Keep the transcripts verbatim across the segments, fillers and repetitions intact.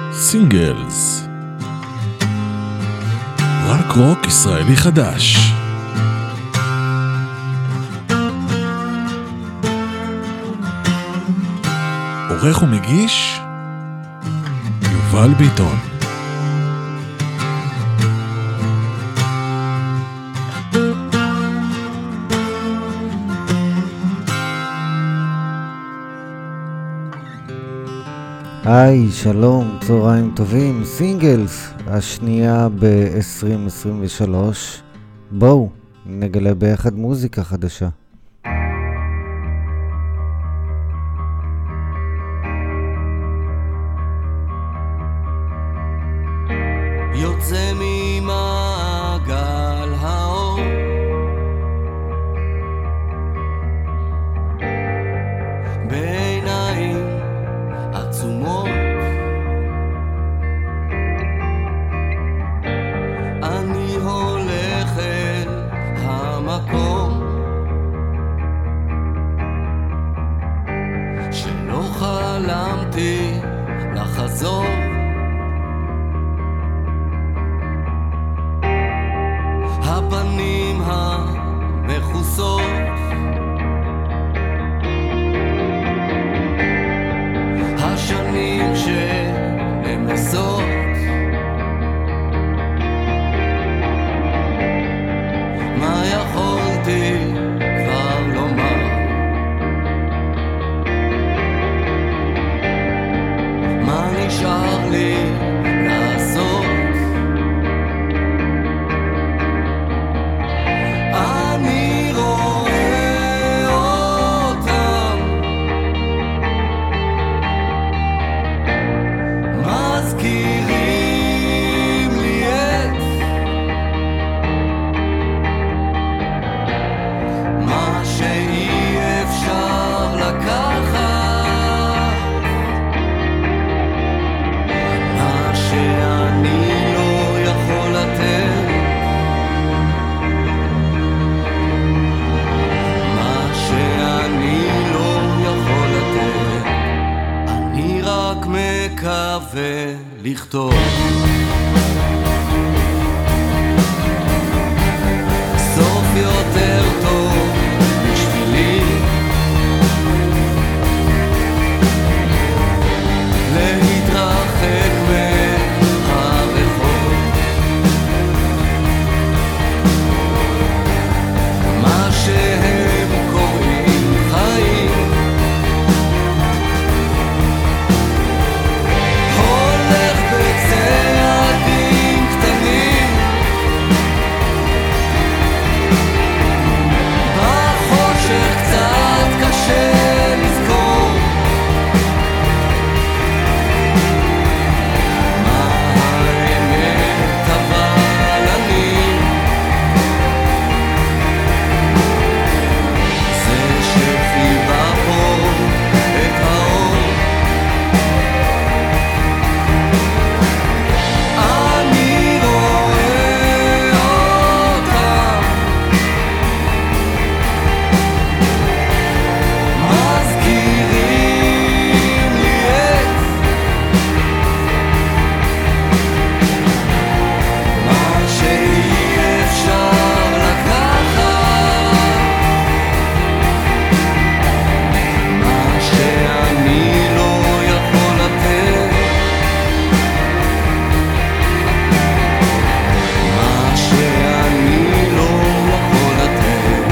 סינגלס, רק רוק ישראלי חדש. עורך ומגיש יובל ביטון. היי, שלום, צהריים טובים, סינגלס, השנייה ב-עשרים עשרים ושלוש. בואו, נגלה ביחד מוזיקה חדשה. יוצא ממעגל האור, בעיניים עצומות אני הולך אל המקום שלא חלמתי לחזור. הפנים המחוסות השנים שנמסות מה יכולתי כבר לומר, מה נשאר לי לעשות. אני רואה אותם מזכירים לי את מה שאי אפשר לקחת, מה שאני לא יכול לתת, מה שאני לא יכול לתת. אני רק מקווה לכתוב סוף יותר טוב בשבילי, להתרחק מהרחוב, מה שהם קוראים חיים, הולך בצעדים קטנים בחושך, קצת קשה לזכור מה האמת, אבל אני זה שחיבה פה את האור. אני רואה אותם מזכירים לי את מה שאי אפשר לקחת, מה שאני לא יכול לתת, מה שאני לא יכול לתת.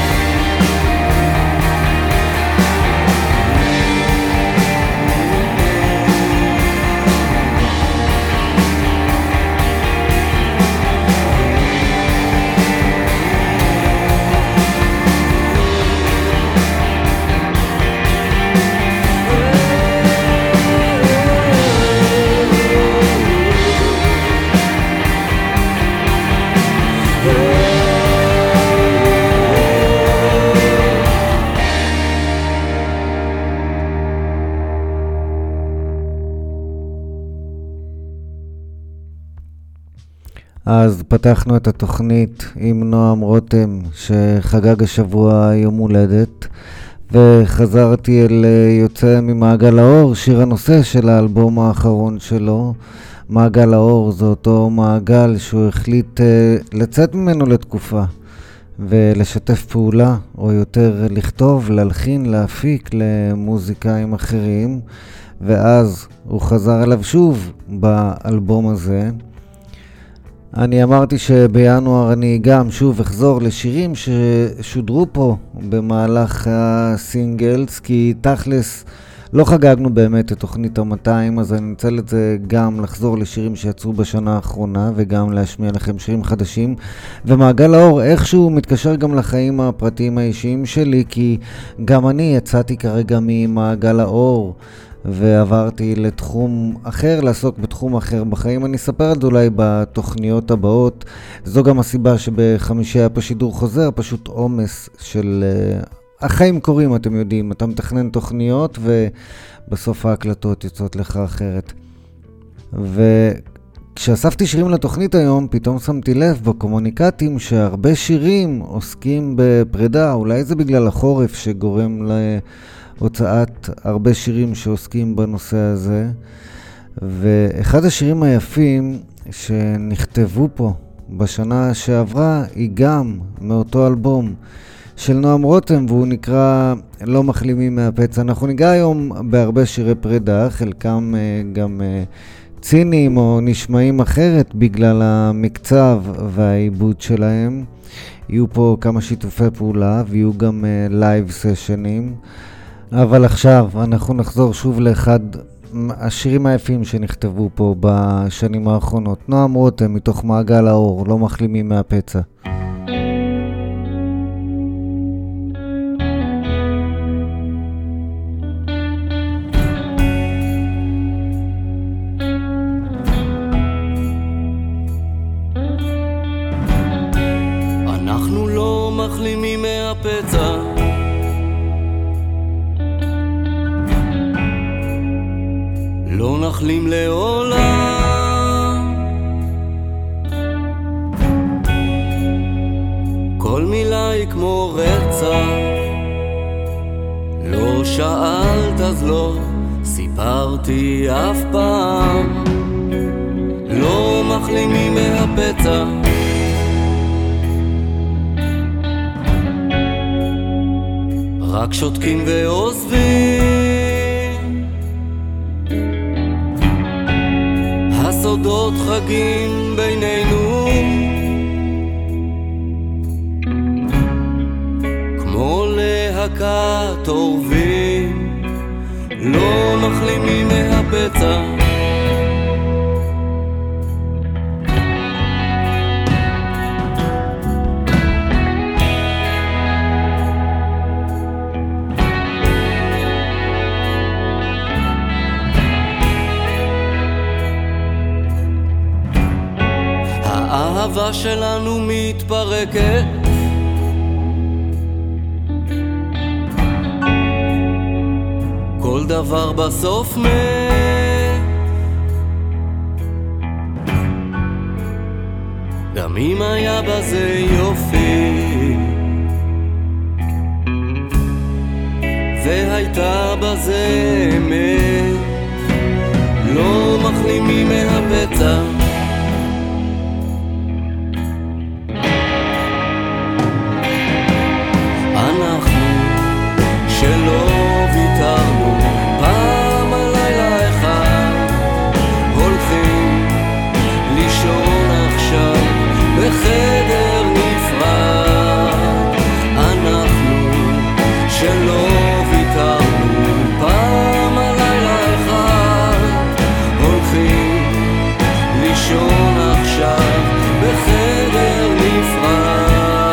אז פתחנו את התוכנית עם נועם רותם שחגג השבוע יום הולדת, וחזרתי אל יוצא ממעגל האור, שיר הנושא של האלבום האחרון שלו. מעגל האור זה אותו מעגל שהוא החליט לצאת ממנו לתקופה ולשתף פעולה, או יותר לכתוב, להלחין, להפיק למוזיקאים אחרים, ואז הוא חזר אליו שוב באלבום הזה. אני אמרתי שבינואר אני גם שוב אחזור לשירים ששודרו פה במהלך הסינגלס, כי תכלס לא חגגנו באמת את תוכנית ה-מאתיים, אז אני נצל את זה גם לחזור לשירים שיצאו בשנה האחרונה, וגם להשמיע לכם שירים חדשים. ומעגל האור איכשהו מתקשר גם לחיים הפרטיים האישיים שלי, כי גם אני יצאתי כרגע ממעגל האור, ועברתי לתחום אחר, לעסוק בתחום אחר בחיים. אני אספר על זה אולי בתוכניות הבאות. זו גם הסיבה שבחמישי היה פה שידור חוזר, פשוט עומס של... החיים קורים, אתם יודעים, אתה מתכנן תוכניות ובסוף ההקלטות יוצאות לך אחרת. וכשאספתי שירים לתוכנית היום, פתאום שמתי לב בקומוניקטים שהרבה שירים עוסקים בפרידה. אולי זה בגלל החורף שגורם להוצאת הרבה שירים שעוסקים בנושא הזה. ואחד השירים היפים שנכתבו פה בשנה שעברה היא גם מאותו אלבום של נועם רותם, והוא נקרא לא מחלימים מהפצע. אנחנו ניגע היום בהרבה שירי פרידה, חלקם גם ציניים או נשמעים אחרת בגלל המקצב והעיבוד שלהם. יהיו פה כמה שיתופי פעולה ויהיו גם לייב סשנים. אבל עכשיו אנחנו נחזור שוב לאחד השירים היפים שנכתבו פה בשנים האחרונות. נועם רותם מתוך מעגל האור, לא מחלימים מהפצע. לא נחלים לעולם, כל מילה היא כמו רצח. לא שאלת אז לא סיפרתי אף פעם. לא מחלימים מהפצע, רק שותקים ועוזבים. הסודות חגים בינינו, כמו להקת עורבים. לא מחלימים מהפצע, האהבה שלנו מתפרקת, כל דבר בסוף מת. גם אם היה בזה יופי והייתה בזה אמת, לא מחלימים מהפצע. שלא ויתרנו פעם הלילה אחד, הולכים לישון עכשיו בחדר נפרד. אנחנו שלא ויתרנו פעם הלילה אחד, הולכים לישון עכשיו בחדר נפרד.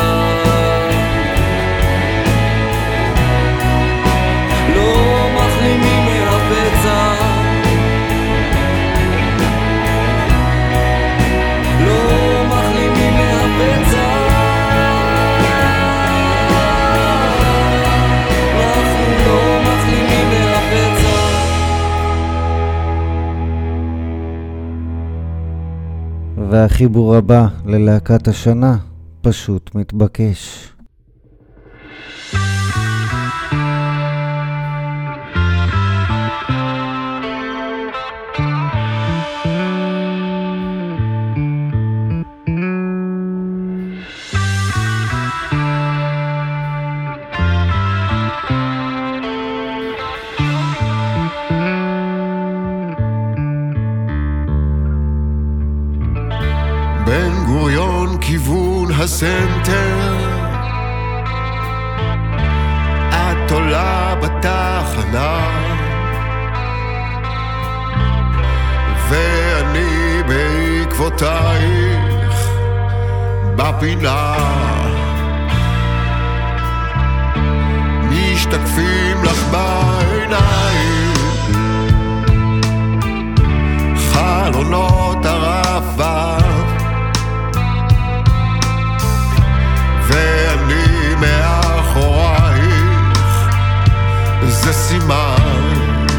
והחיבור הבא ללהקת השנה פשוט מתבקש. בסנטר, את עולה בתחנה ואני בעקבותייך בפינה, משתקפים לך בעיניים חלונות הרעפה, ואני מאחורייך, זה סימן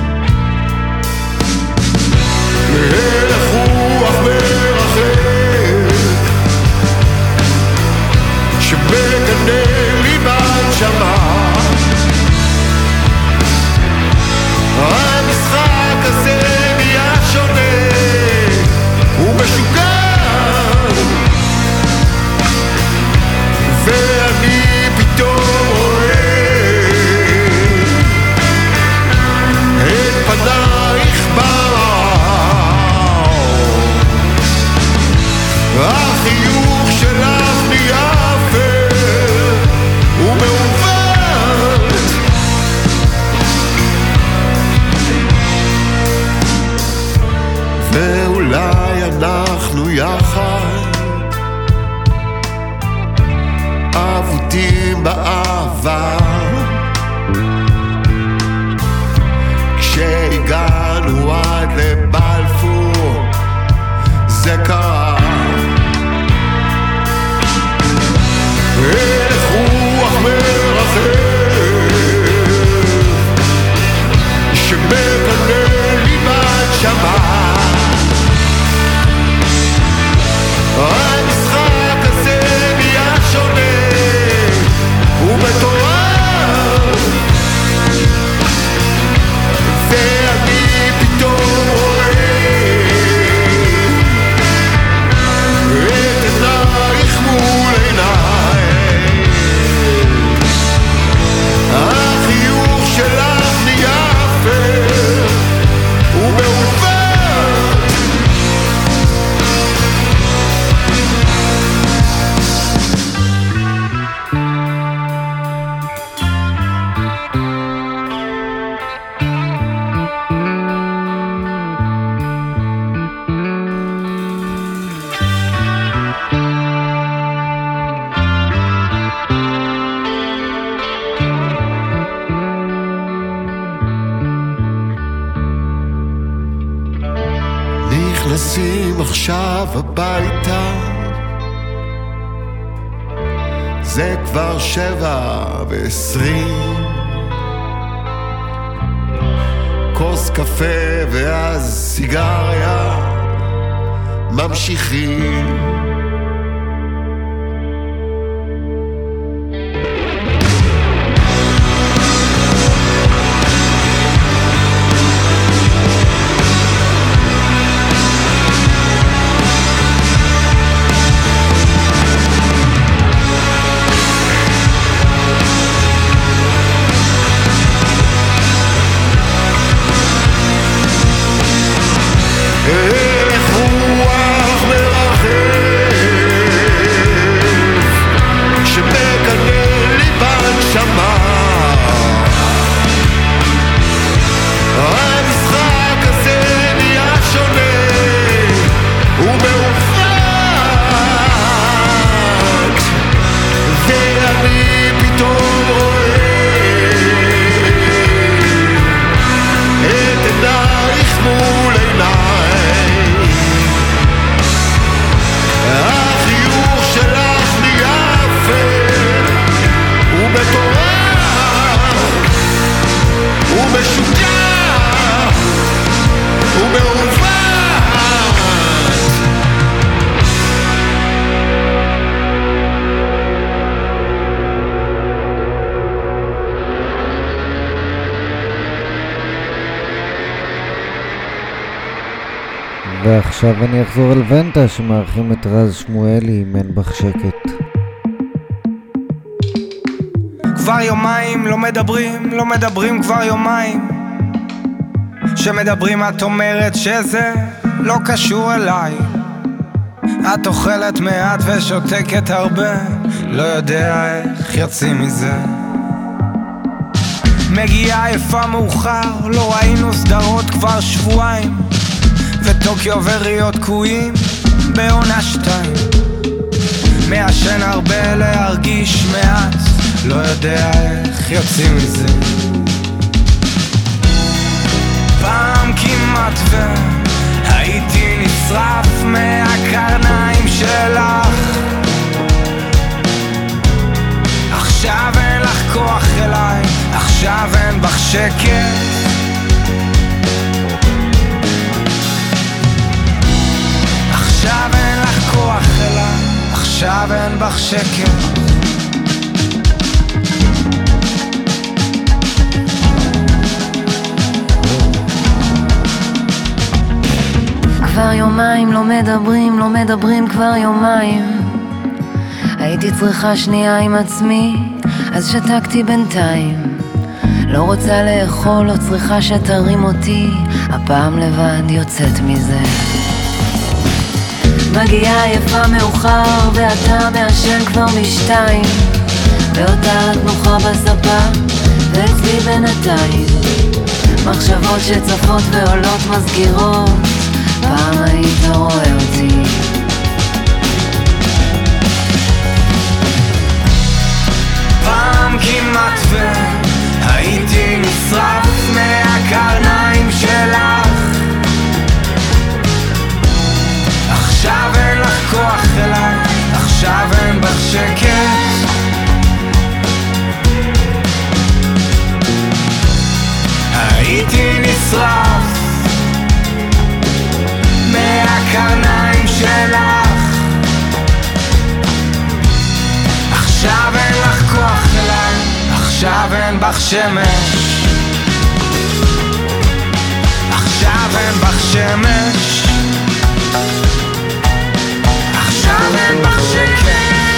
להלך רוח מרחק שבגני ליבת שמה. המשחק הזה נהיה שונה ומשוגע, ואני פתאום רואה את פנייך באור, החיוך שלך נהיה אפל ומעוות, ואולי אנחנו יחד אבודים באהבה, כשהגענו עד לבלפור זה קרה, הלך רוח מרחק שבגני ליבת שמה. המשחק הזה נהיה שונה ומטורף, ואני פתאום רואה את עינייך מול עיניי, החיוך שלך נהיה אפל ומעוות, נכנסים עכשיו הביתה, זה כבר שבע ועשרים, כוס קפה ואז סיגריה ממשיכים, ועכשיו אני אחזור אל ונטה שמארחים את רז שמואלי עם אין בך שקט. כבר יומיים לא מדברים, לא מדברים כבר יומיים, שמדברים את אומרת שזה לא קשור אליי, את אוכלת מעט ושותקת הרבה, לא יודע איך יוצאים מזה. מגיעה יפה מאוחר, לא ראינו סדרות כבר שבועיים, וטוקיו וריו תקועים בעונה שתיים. מעשן הרבה להרגיש מעט, לא יודע איך יוצאים מזה. פעם כמעט והייתי נשרף מהקרניים שלך, עכשיו אין לך כוח אליי, עכשיו אין בך שקט. עכשיו אין לך כוח אליי, עכשיו אין בך שקט. כבר יומיים לא מדברים, לא מדברים כבר יומיים. הייתי צריכה שנייה עם עצמי, אז שתקתי בינתיים. לא רוצה לאכול, לא צריכה שתרים אותי, הפעם לבד יוצאת מזה. מגיעה יפה מאוחר, ואתה מעשן כבר משתיים, ואותה תנוחה בספה, ואצלי בינתיים מחשבות שצפות ועולות מסגירות, פעם היית רואה אותי. פעם כמעט והייתי נשרף מהקרניים שלך, עכשיו אין לך כוח אליי, עכשיו אין בך שקט. הייתי נשרף מהקרניים שלך, עכשיו אין לך כוח אליי, עכשיו אין בך שמש, עכשיו אין בך שמש, עכשיו אין בך שקט.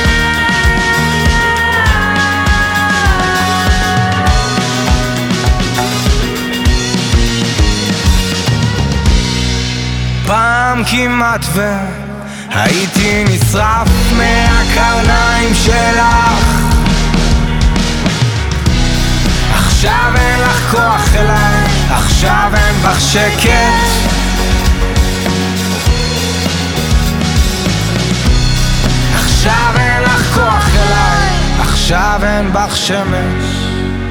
פעם כמעט והייתי נשרף מהקרניים שלך, עכשיו אין לך כוח אליי, עכשיו אין בך שקט. עכשיו אין לך כוח אליי, עכשיו אין בך שמש.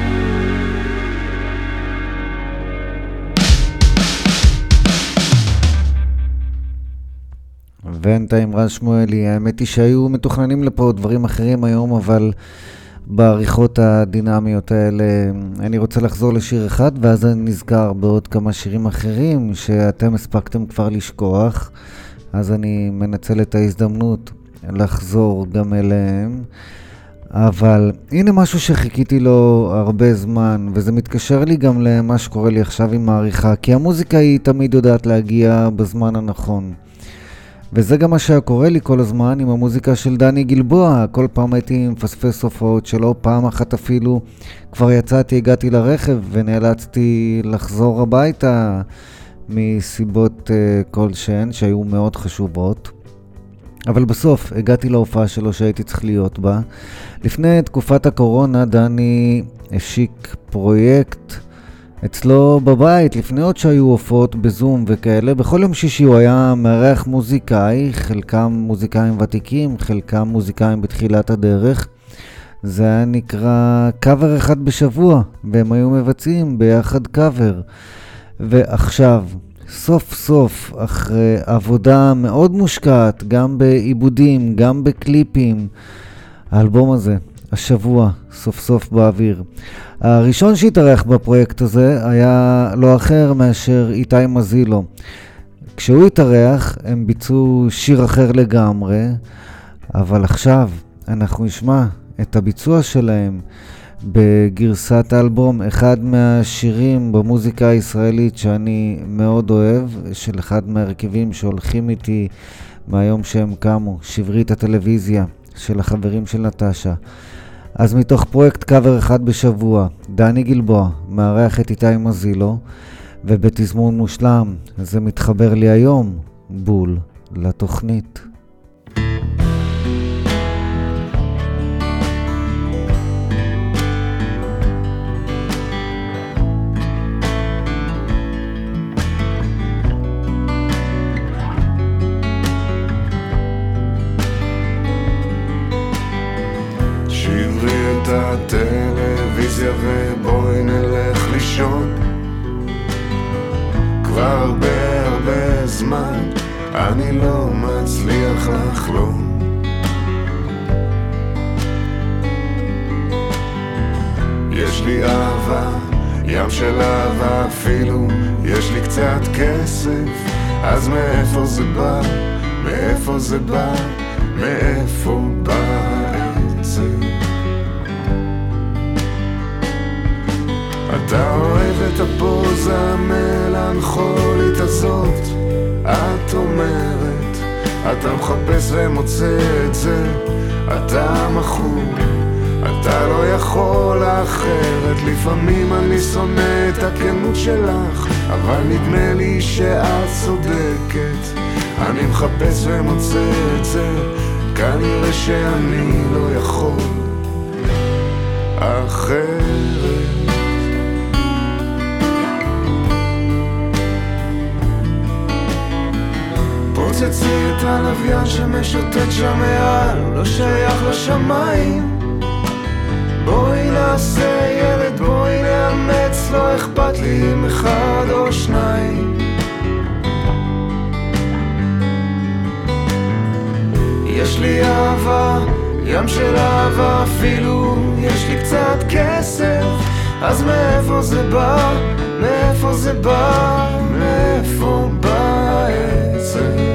ובינתיים רז שמואלי. האמת היא שהיו מתוכננים לפה דברים אחרים היום, אבל בעריכות הדינמיות האלה אני רוצה לחזור לשיר אחד, ואז אני נזכר בעוד כמה שירים אחרים שאתם הספקתם כבר לשכוח, אז אני מנצל את ההזדמנות לחזור גם אליהם. אבל הנה משהו שחיכיתי לו הרבה זמן, וזה מתקשר לי גם למה שקורה לי עכשיו עם העריכה, כי המוזיקה היא תמיד יודעת להגיע בזמן הנכון. וזה גם מה שהיה קורה לי כל הזמן עם המוזיקה של דני גלבוע. כל פעם הייתי מפספס הופעות שלו, פעם אחת אפילו כבר יצאתי, הגעתי לרכב ונאלצתי לחזור הביתה מסיבות uh, כלשהן שהיו מאוד חשובות. אבל בסוף הגעתי להופעה שלו שהייתי צריך להיות בה. לפני תקופת הקורונה דני השיק פרויקט אצלו בבית, לפני עוד שהיו הופעות בזום וכאלה. בכל יום שישי הוא היה מארח מוזיקאי, חלקם מוזיקאים ותיקים, חלקם מוזיקאים בתחילת הדרך. זה היה נקרא קאבר אחד בשבוע, והם היו מבצעים ביחד קאבר. ועכשיו, סוף סוף, אחרי עבודה מאוד מושקעת, גם בעיבודים, גם בקליפים, האלבום הזה, השבוע, סוף סוף באוויר. הראשון שהתארח בפרויקט הזה היה לא אחר מאשר איתי מזילו. כשהוא התארח הם ביצעו שיר אחר לגמרי, אבל עכשיו אנחנו נשמע את הביצוע שלהם בגרסת האלבום, אחד מהשירים במוזיקה הישראלית שאני מאוד אוהב, של אחד מהרכבים שהולכים איתי מהיום שהם קמו, שברית הטלוויזיה של החברים של נטשה. אז מתוך פרויקט קאבר אחד בשבוע, דני גלבוע מארח את איתי מזילו, ובתזמון מושלם זה מתחבר לי היום בול לתוכנית. זמן, אני לא מצליח לחלום. יש לי אהבה, ים של אהבה אפילו, יש לי קצת כסף, אז מאיפה זה בא? מאיפה זה בא? מאיפה בא העצב? אתה אוהב את הפוזה המלנכולית הזאת, את אומרת, אתה מחפש ומוצא את זה, אתה מכור, אתה לא יכול אחרת. לפעמים אני שונא את הכנות שלך, אבל נדמה לי שאת צודקת. אני מחפש ומוצא את זה, כנראה שאני לא יכול אחרת. פוצצי את הלוויין שמשוטט שם מעל, הוא לא שייך לשמיים. בואי נעשה ילד, בואי נאמץ, לא אכפת לי אם אחד או שניים. יש לי אהבה, ים של אהבה אפילו, יש לי קצת כסף, אז מאיפה זה בא? מאיפה זה בא? מאיפה בא העצב?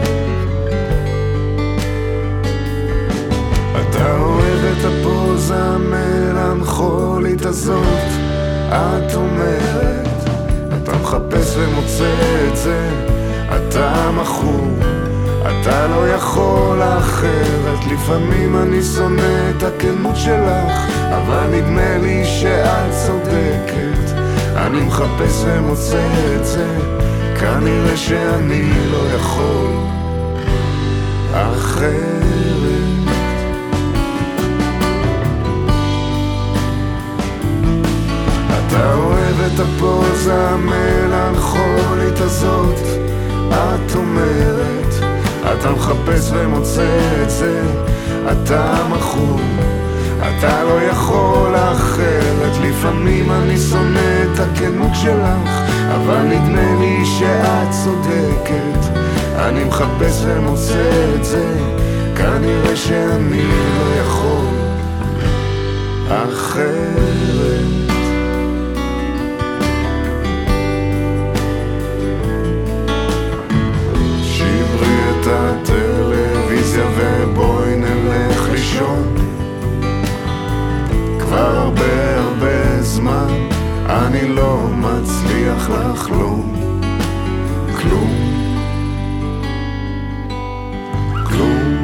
אתה אוהב את הפוזה המלנכולית הזאת, את אומרת, אתה מחפש ומוצא את זה, אתה מכור, אתה לא יכול אחרת. לפעמים אני שונא את הכנות שלך, אבל נדמה לי שאת צודקת. אני מחפש ומוצא את זה, כנראה שאני לא יכול אחרת. אתה אוהב את הפוזה המלנכולית הזאת, את אומרת, אתה מחפש ומוצא את זה, אתה מכור, אתה לא יכול אחרת. לפעמים אני שונא את הכנות שלך, אבל נדמה לי שאת צודקת. אני מחפש ומוצא את זה, כנראה שאני לא יכול אחרת. הטלוויזיה ובואי נלך לישון. כבר הרבה הרבה זמן אני לא מצליח לחלום כלום, כלום.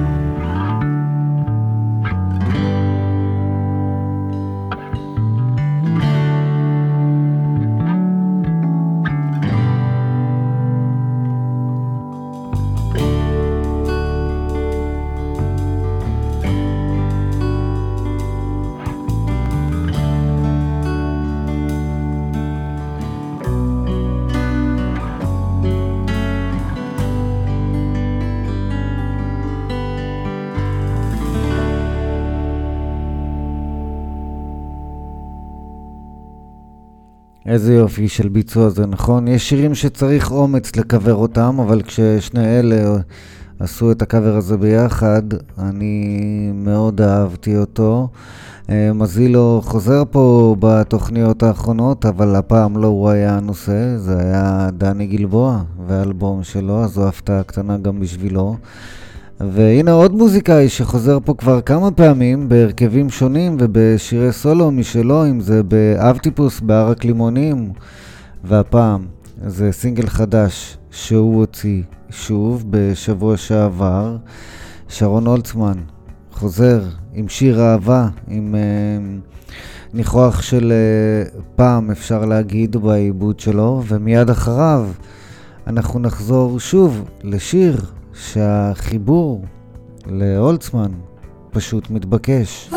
איזה יופי של ביצוע זה, נכון? יש שירים שצריך אומץ לקבר אותם, אבל כששני אלה עשו את הקבר הזה ביחד, אני מאוד אהבתי אותו. מזילו חוזר פה בתוכניות האחרונות, אבל הפעם לא הוא היה הנושא, זה היה דני גלבוע והאלבום שלו, אז זו הפתעה קטנה גם בשבילו. והנה עוד מוזיקאי שחוזר פה כבר כמה פעמים בהרכבים שונים ובשירי סולו משלו, אם זה באבטיפוס בערק לימונים, והפעם זה סינגל חדש שהוא הוציא שוב בשבוע שעבר. שרון הולצמן חוזר עם שיר אהבה, עם uh, ניחוח של uh, פעם אפשר להגיד בעיבוד שלו, ומיד אחריו אנחנו נחזור שוב לשיר שהחיבור להולצמן פשוט מתבקש.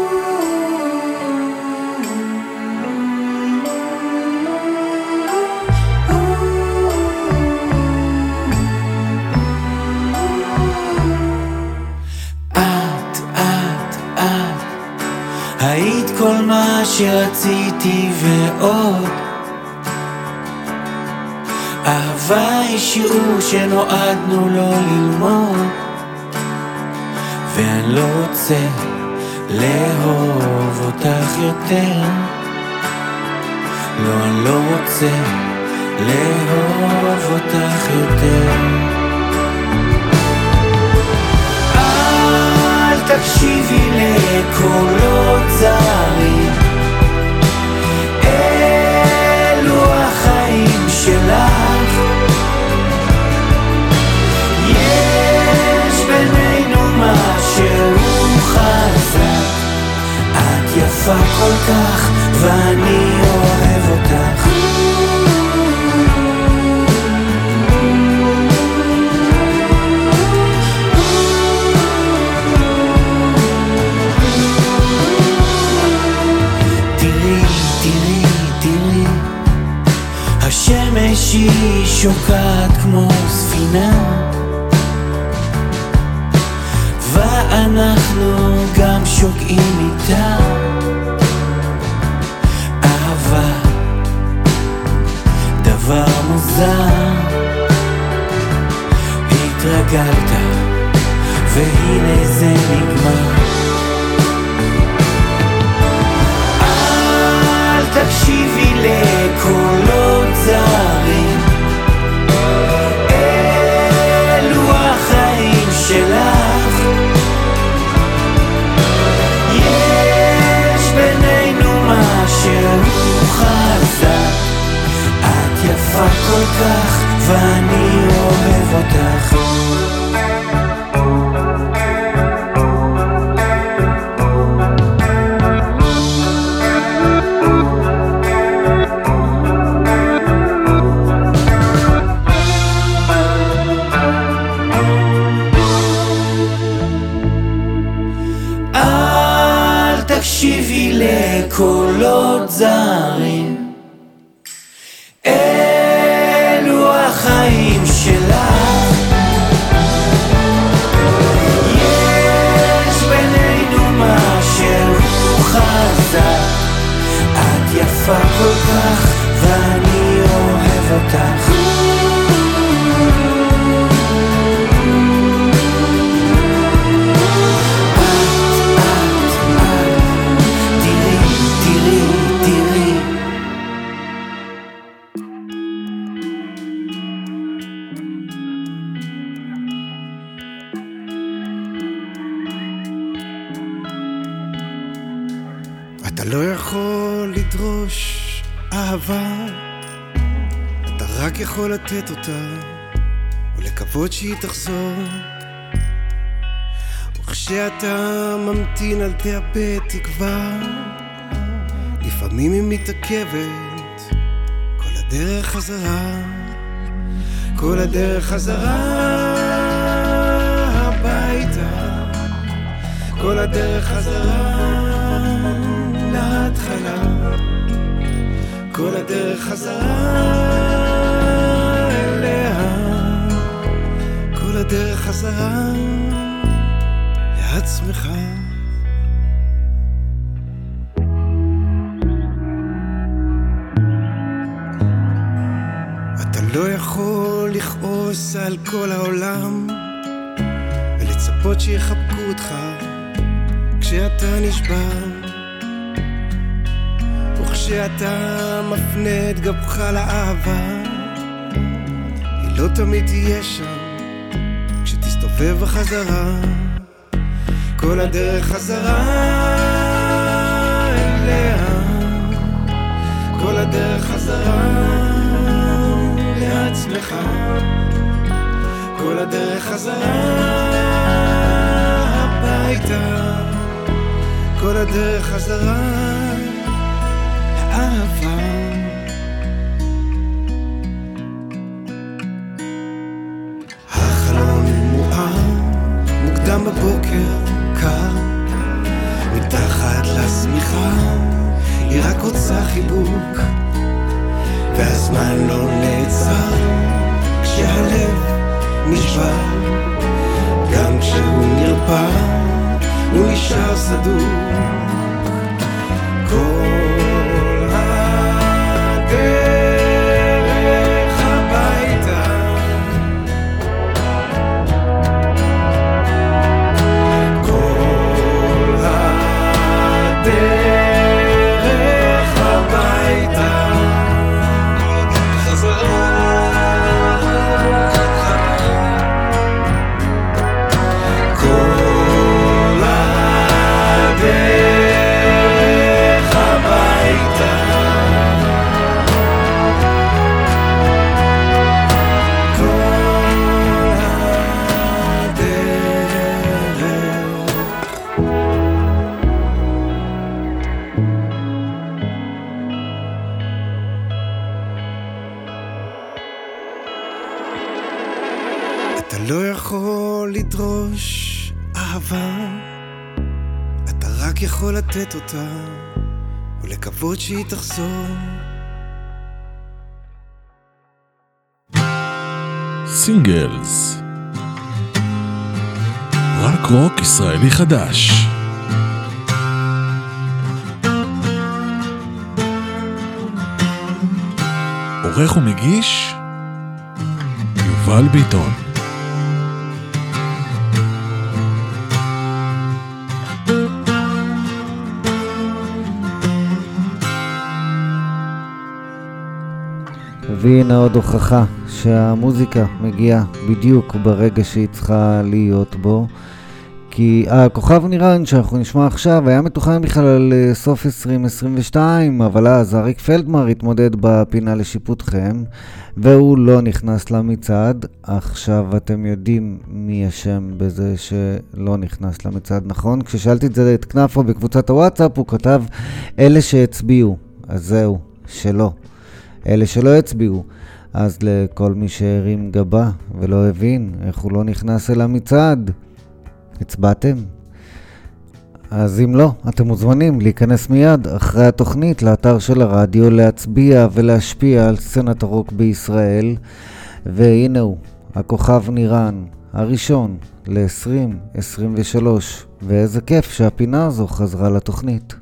את, את, את היית כל מה שרציתי ועוד, אהבה היא שיעור שנועדנו לא ללמוד, ואני לא רוצה לאהוב אותך יותר. לא, אני לא רוצה לאהוב אותך יותר. אל תקשיבי לקולות זרים, אלו החיים שלך. יש בינינו משהו חזק, את יפה כל כך ואני אוהב אותך. תראי, תראי, תראי, השמש היא שוקעת כמו ספינה, ואנחנו גם שוקעים איתה. אהבה, דבר מוזר, התרגלת והנה זה נגמר. אל תקשיבי לקולות זרים, אלו החיים שלך. יש בינינו משהו חזק, את יפה כל כך ואני אוהב אותך. תקשיבי לקולות זרים, אלו החיים שלך. יש בינינו משהו חזק, את יפה כל כך ואני אוהב אותך. אתה לא יכול לדרוש אהבה, אתה רק יכול לתת אותה ולקוות שהיא תחזור. וכשאתה ממתין אל תאבד תקווה, לפעמים היא מתעכבת כל הדרך חזרה, כל הדרך חזרה הביתה, כל הדרך חזרה להתחלה, כל הדרך חזרה אליה, כל הדרך חזרה לעצמך. אתה לא יכול לכעוס על כל העולם ולצפות שיחבקו אותך כשאתה נשבר, וכשאתה מפנה את גבך לאהבה, היא לא תמיד תהיה שם כשתסתובב בחזרה, כל הדרך חזרה אליה, כל הדרך חזרה לעצמך, כל הדרך חזרה הביתה, כל הדרך חזרה אהבה. החלום מואר, מוקדם בבוקר קר, מתחת לשמיכה היא רק רוצה חיבוק, והזמן לא נעצר כשהלב נשבר, גם כשהוא נרפא הוא נשאר סדוק. כל הדרך הביתה אתה לא יכול לדרוש אהבה, אתה רק יכול לתת אותה ולקוות שהיא תחזור. סינגלס, רק רוק ישראלי חדש. עורך ומגיש יובל ביטון. והנה עוד הוכחה שהמוזיקה מגיעה בדיוק ברגע שהיא צריכה להיות בו, כי הכוכב נירן שאנחנו נשמע עכשיו היה מתוכן בכלל על סוף עשרים עשרים ושתיים, אבל אז אריק פלדמר התמודד בפינה לשיפוטכם והוא לא נכנס למצעד. עכשיו אתם יודעים מי השם בזה שלא נכנס למצעד, נכון? כששאלתי את זה את כנפו בקבוצת הוואטסאפ הוא כתב אלה שהצביעו, אז זהו, שלא. אלה שלא הצביעו, אז לכל מי שהרים גבה ולא הבין איך הוא לא נכנס אל המצעד, הצבעתם? אז אם לא, אתם מוזמנים להיכנס מיד אחרי התוכנית לאתר של הרדיו, להצביע ולהשפיע על סצנת הרוק בישראל. והנה הוא, הכוכב נירן, הראשון ל-עשרים עשרים ושלוש, ואיזה כיף שהפינה הזו חזרה לתוכנית.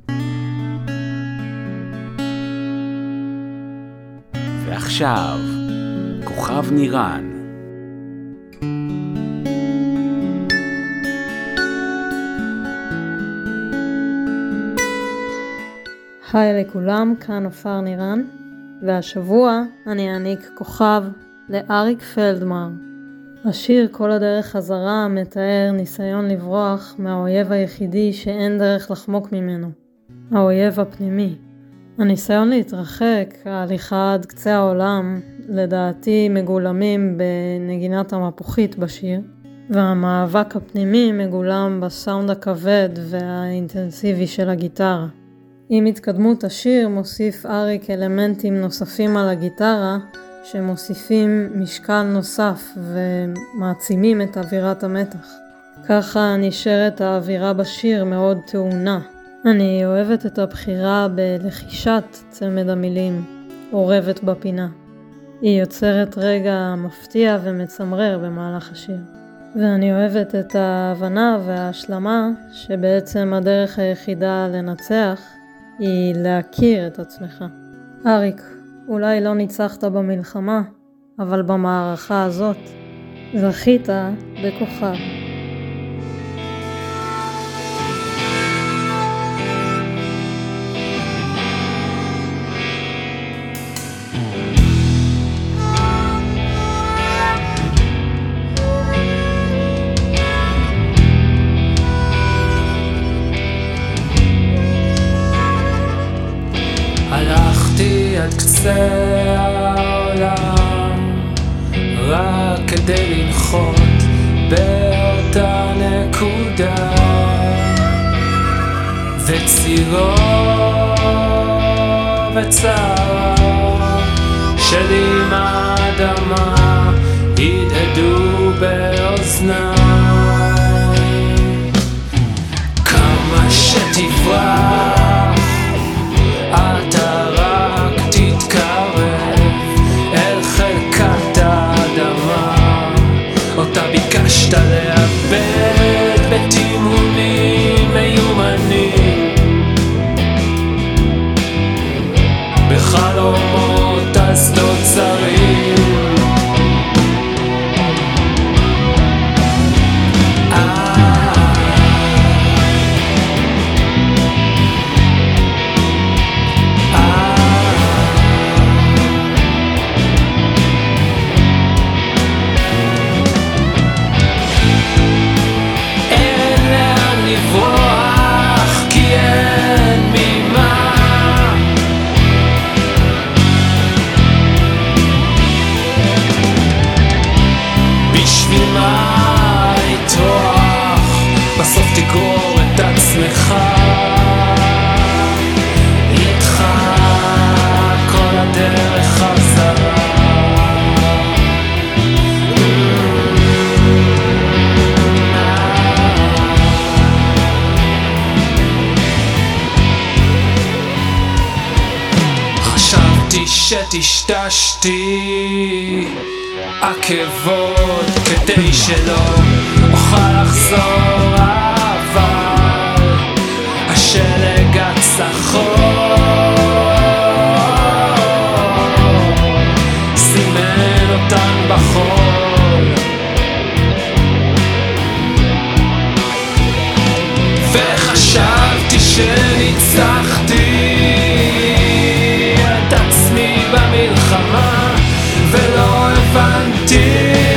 ועכשיו, כוכב נירן. היי לכולם, כאן עופר נירן, והשבוע אני אעניק כוכב לאריק פלדמר. השיר כל הדרך חזרה מתאר ניסיון לברוח מהאויב היחידי שאין דרך לחמוק ממנו, האויב הפנימי. הניסיון להתרחק, ההליכה עד קצה העולם, לדעתי מגולמים בנגינת המפוחית בשיר, והמאבק הפנימי מגולם בסאונד הכבד והאינטנסיבי של הגיטרה. עם התקדמות השיר מוסיף אריק אלמנטים נוספים על הגיטרה, שמוסיפים משקל נוסף ומעצימים את אווירת המתח. ככה נשארת האווירה בשיר מאוד טעונה. אני אוהבת את הבחירה בלחישת צמד המילים, עורבת בפינה. היא יוצרת רגע מפתיע ומצמרר במהלך השיר. ואני אוהבת את ההבנה וההשלמה שבעצם הדרך היחידה לנצח היא להכיר את עצמך. אריק, אולי לא ניצחת במלחמה, אבל במערכה הזאת זכית בכוכב. עד קצה העולם רק כדי לנחות באותה נקודה, וצירו וצער שלי עם האדמה ידהדו באוזניי. כמה שתברח אתה רק תתקרב אל חלקת האדמה אותה ביקשת לאבד בתימונים מיומנים, בחלומות אסדות צרים. בסוף תגרור את עצמך איתך כל הדרך חזרה. טשטשתי עקבות כדי שלא אוכל לחזור, אבל השלג הצחור סימן אותן בחול, וחשבתי שניצחתי את עצמי במלחמה, ולא הבנתי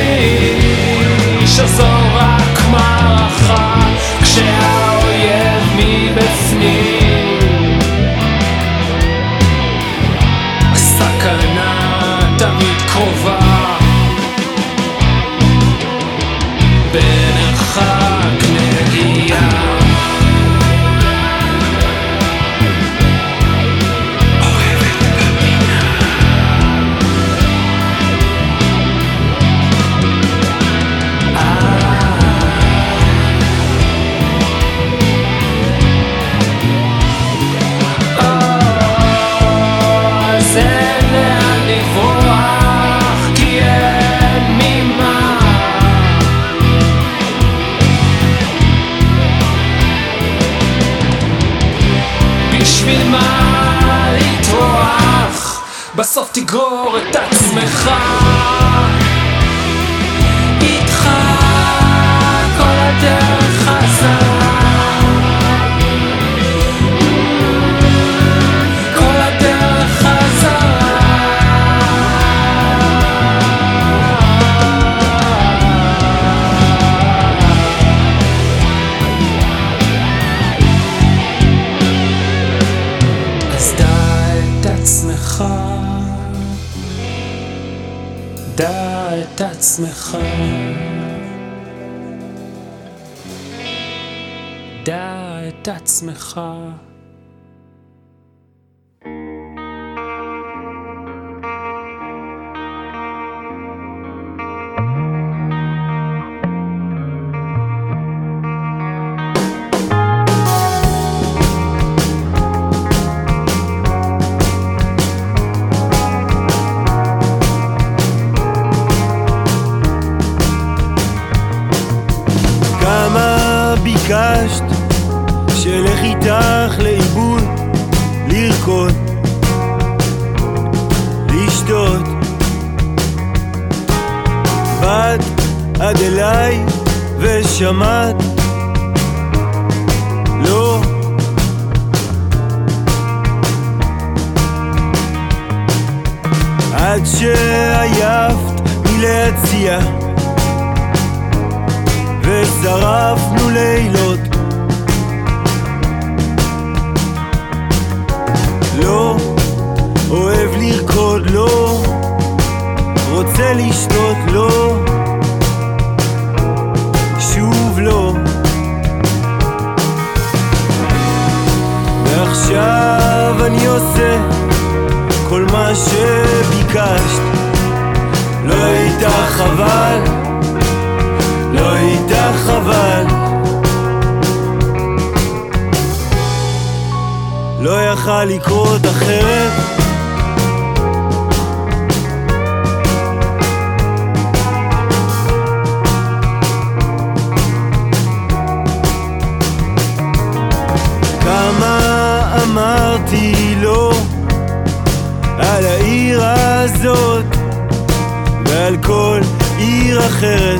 שזו רק מערכה כשהאויב מבפנים. הסכנה תמיד קרובה במרחק נגיעה. בשביל מה לטרוח? בסוף תגרור את עצמך איתך כל הדרך חזרה, כל הדרך חזרה. אז דע את עצמך, דע את עצמך, דע את עצמך. ביקשת שלך איתך לאיבוד, לרקוד, לשתות. באת עד אליי ושמעת לא, עד שעייפת מלהציע ושרפנו לילות. לא אוהב לרקוד, לא רוצה לשתות, לא שוב לא. ועכשיו אני עושה כל מה שביקשת. לא היית חבל, לא היית חבל, לא יכל לקרות אחרת. כמה אמרתי לא על העיר הזאת ועל כל עיר אחרת.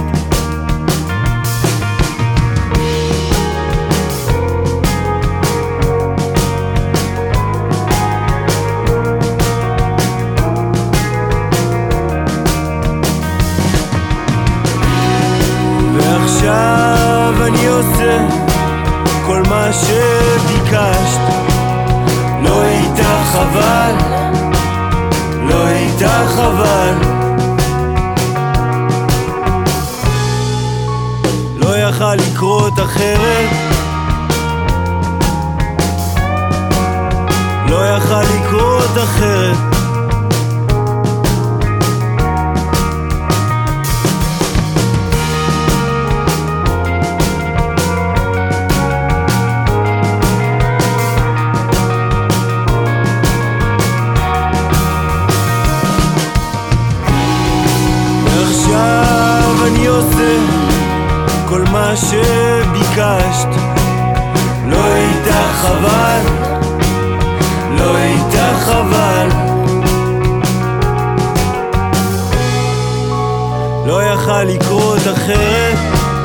ועכשיו אני עושה כל מה שביקשת. לא היית חבל, לא היית חבל, לא יכל לקרות אחרת. לא יכל לקרות אחרת. כל מה שביקשת. לא איתך חבל, לא איתך חבל. לא יכל לקרות אחרת,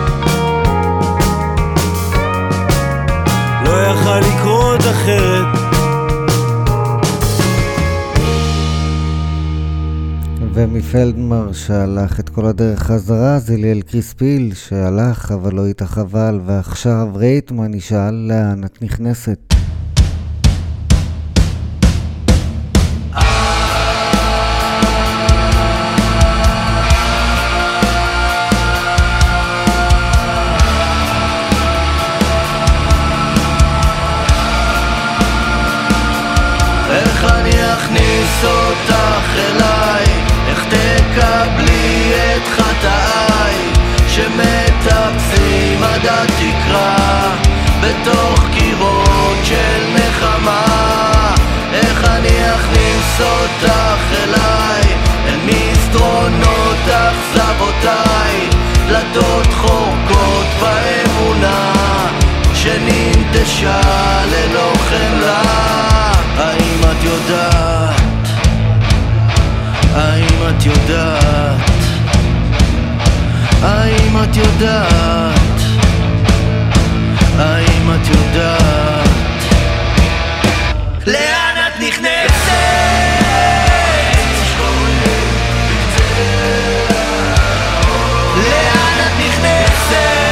לא יכל לקרות אחרת. ומפלדמר שהלך את כל הדרך חזרה, זה ליאל קריספיל שהלך אבל לא איתך חבל. ועכשיו רייטמן ישאל לאן את נכנסת. איך אני אכניס אותך אליי, איך תקבלי את חטאיי שמטפסים עד התקרה בתוך קירות של נחמה. איך אני אכניס אותך אליי אל מסדרונות אכזבותיי, דלתות חורקות באמונה שננטשה ללא חמלה. האם את יודעת, האם את יודעת, האם את יודעת, האם את יודעת לאן את נכנסת? לאן את נכנסת?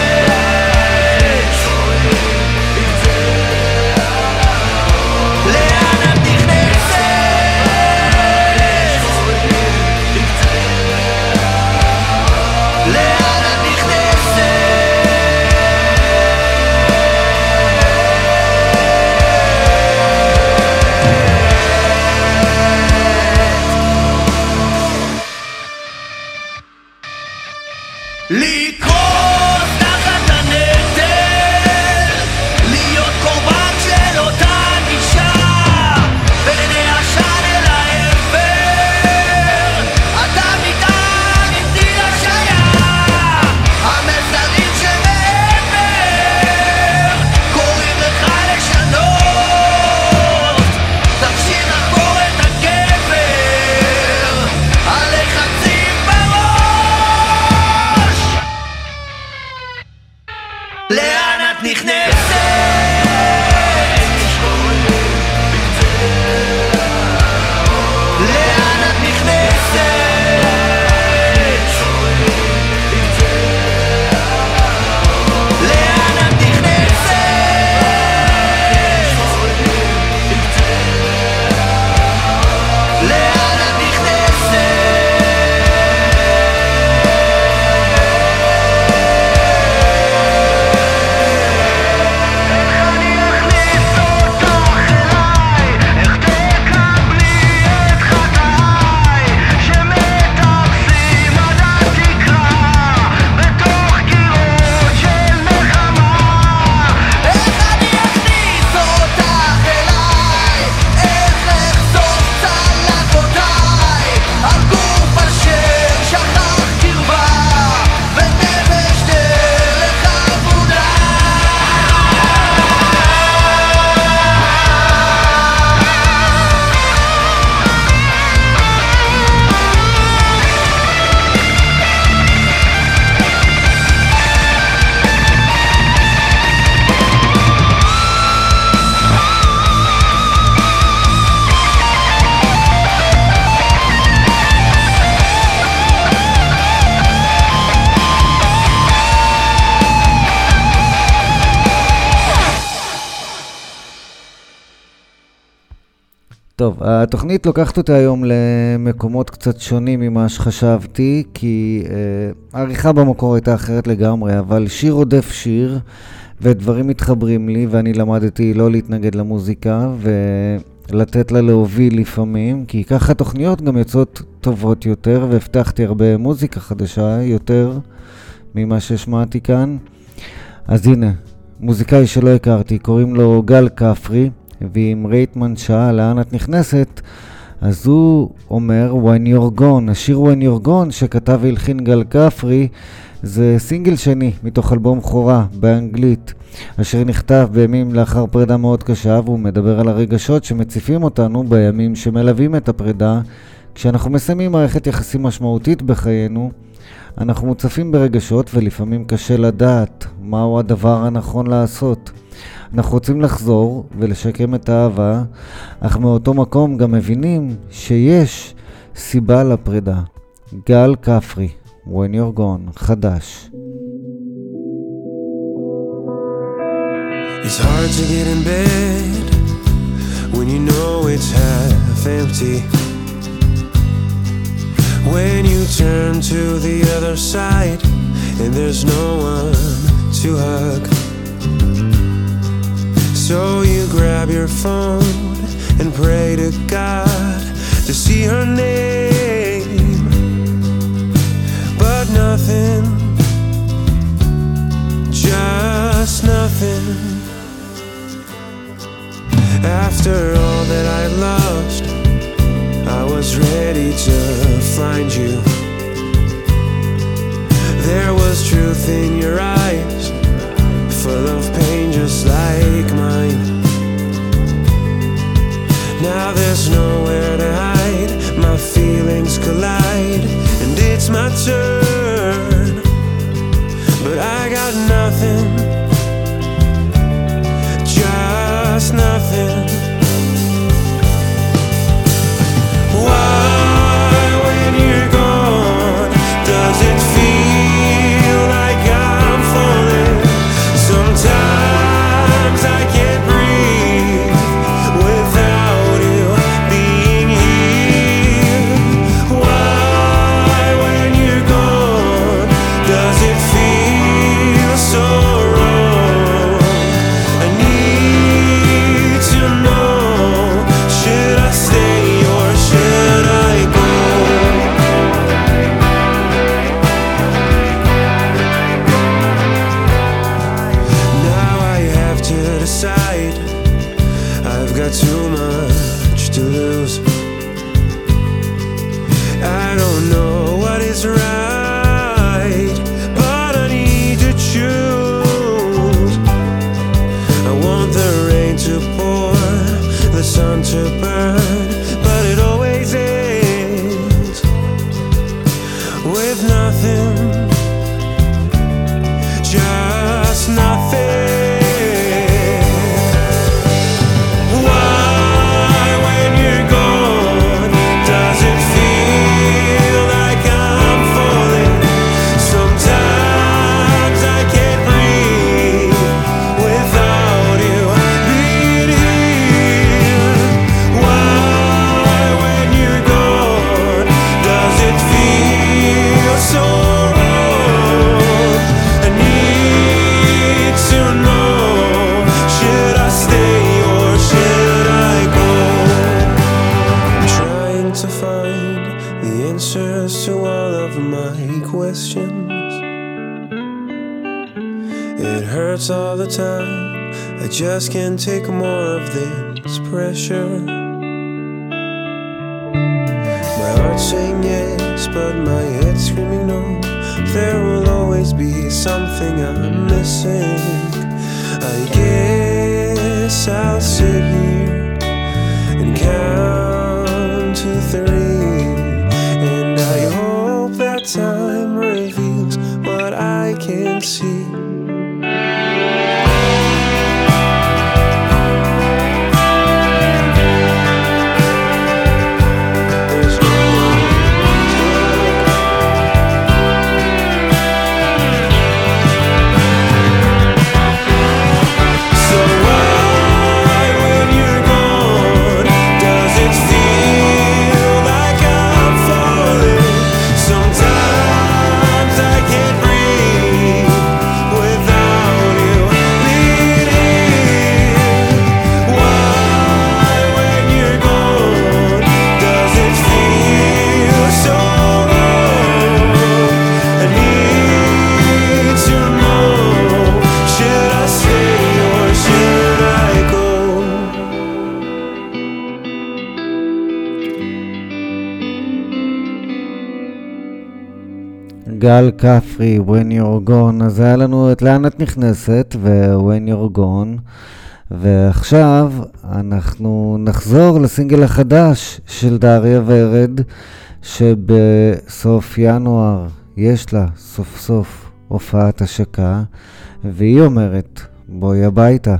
טוב, התוכנית לוקחת אותי היום למקומות קצת שונים ממה שחשבתי, כי אה, העריכה במקור הייתה אחרת לגמרי, אבל שיר עודף שיר, ודברים מתחברים לי, ואני למדתי לא להתנגד למוזיקה, ולתת לה להוביל לפעמים, כי ככה תוכניות גם יוצאות טובות יותר, והבטחתי הרבה מוזיקה חדשה יותר ממה ששמעתי כאן. אז הנה, מוזיקאי שלא הכרתי, קוראים לו גל כפרי, ואם רייטמן שאל לאן את נכנסת, אז הוא אומר When You're Gone, השיר When You're Gone שכתב והלחין גל כפרי, זה סינגל שני מתוך אלבום חורה באנגלית, אשר נכתב בימים לאחר פרידה מאוד קשה, והוא מדבר על הרגשות שמציפים אותנו בימים שמלווים את הפרידה. כשאנחנו מסיימים מערכת יחסים משמעותית בחיינו, אנחנו מוצפים ברגשות ולפעמים קשה לדעת מהו הדבר הנכון לעשות. אנחנו רוצים לחזור ולשקם את האהבה, אך מאותו מקום גם מבינים שיש סיבה לפרידה. גל כפרי, When You're Gone, חדש. It's hard to get in bed when you know it's half empty. When you turn to the other side and there's no one to hug. So you grab your phone and pray to God to see her name. But nothing, just nothing. After all that I lost, I was ready to find you. There was truth in your eyes, full of pain just like mine. Now there's nowhere to hide, my feelings collide, and it's my turn. But I got nothing, just nothing. Why, when you're gone, does it feel like I'm falling? Sometimes I can't breathe without you being here. Why, when you're gone, does it feel so wrong? I need to know, should I stay or should I go? Now I have to decide, I've got too much to lose. I don't know what is right, but I need to choose. I want the rain to pour, the sun to burn, but it always ends with nothing, just nothing. Why, when you're gone, does it feel like I'm falling? Sometimes I can't breathe without you being here. Why, when you're gone, does it feel so wrong? I need to know, should I stay or should I go? I'm trying to find the answers to all of my questions. It hurts all the time, I just can't take more of this pressure. My heart's saying yes, but my head's screaming no. There will always be something I'm missing. I guess I'll sit here and count to three, and I hope that time reveals what I can't see. So why, when you're gone, does it feel like I'm falling? Sometimes I can't breathe גל כפרי, When You're Gone. אז היה לנו את לאן את נכנסת ו-When You're Gone, ועכשיו אנחנו נחזור לסינגל החדש של דריה ורד, שבסוף ינואר יש לה סוף סוף הופעת השקה, והיא אומרת בואי הביתה.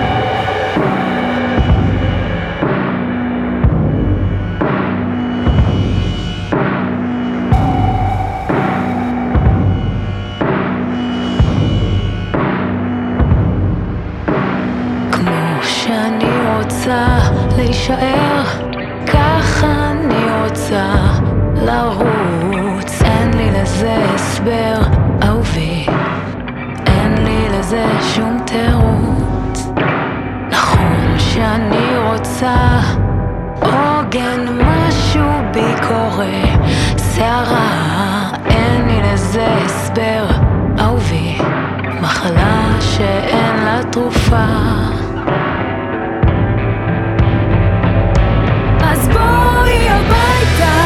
להישאר, ככה אני רוצה לרוץ, אין לי לזה הסבר, אהובי, אין לי לזה שום תירוץ. נכון שאני רוצה עוגן, משהו בי קורה, שערה, אין לי לזה הסבר, אהובי, מחלה שאין לה תרופה. אז בואי הביתה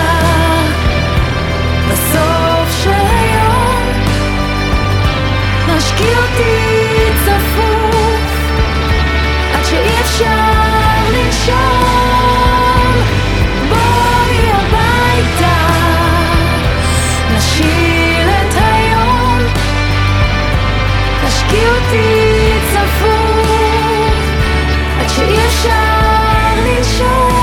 בסוף של היום, נשקיע אותי צפוף עד שאי אפשר לנשום. בואי הביתה, נשיל את היום, נשקיע אותי צפוף עד שאי אפשר לנשום.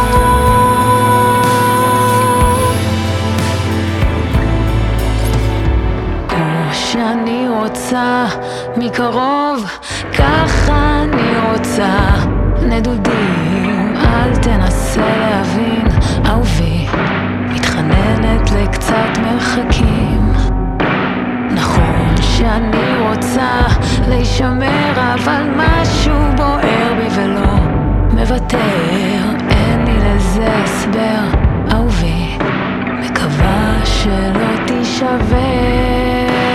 שאני רוצה מקרוב, ככה אני רוצה נדודים, אל תנסה להבין, אהובי, מתחננת לקצת מרחקים. נכון שאני רוצה להישמר, אבל משהו בוער בי ולא מוותר, אין לי לזה הסבר, אהובי, מקווה שלא תישבר.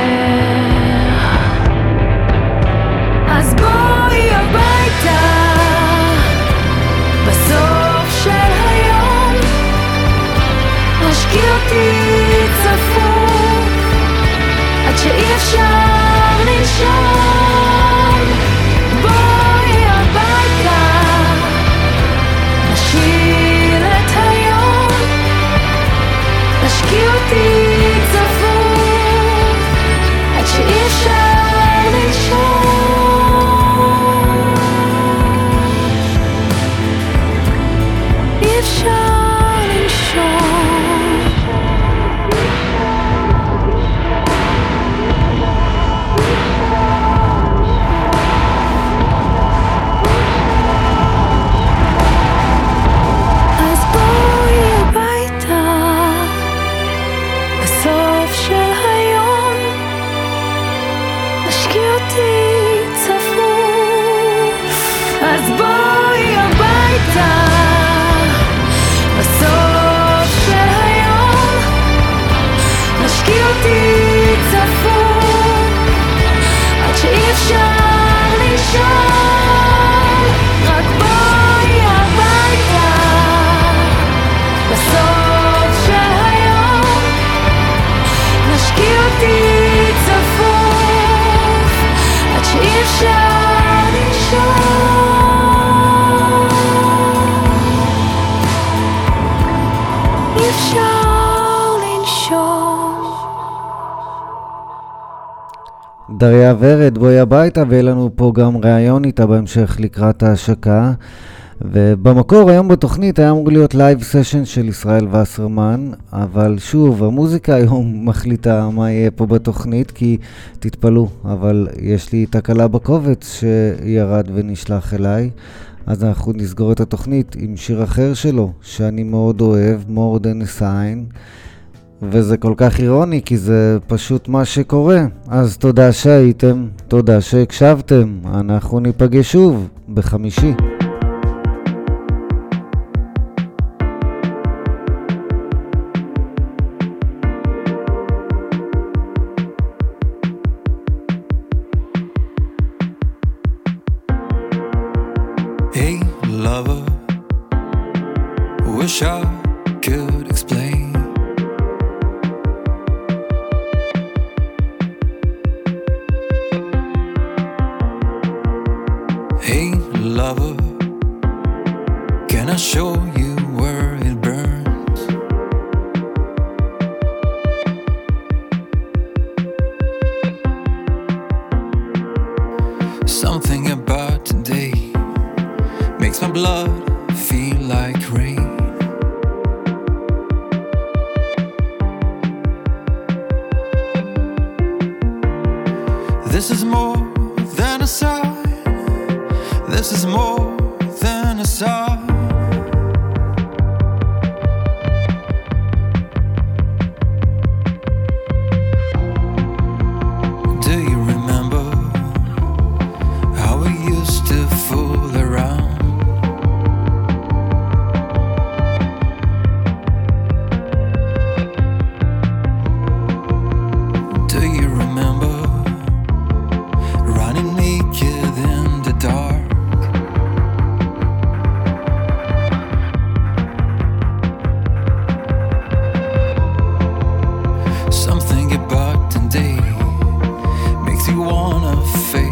אז בואי הביתה בסוף של היום, נשקיע אותי צפוף עד שאי אפשר לנשום. בואי הביתה, נשיל את היום, נשקיע אותי צפוף עד שאי אפשר לנשום. דריה ורד, בואי הביתה, ויהיה לנו פה גם ראיון איתה בהמשך לקראת ההשקה. ובמקור היום בתוכנית היה אמור להיות לייב סשן של ישראל וסרמן, אבל שוב, המוזיקה היום מחליטה מה יהיה פה בתוכנית, כי תתפלו, אבל יש לי תקלה בקובץ שירד ונשלח אליי, אז אנחנו נסגור את התוכנית עם שיר אחר שלו, שאני מאוד אוהב, More Than a Sign, וזה כל כך אירוני, כי זה פשוט מה שקורה. אז תודה שהייתם, תודה שהקשבתם, אנחנו ניפגש שוב בחמישי. Hey lover, wish I could explain I show you where it burns? Something about today makes my blood feel like rain. This is more than a sign. This is more than a sign. Do you remember how we used to fool around? Do you remember running naked in the dark? Something about today makes you wanna face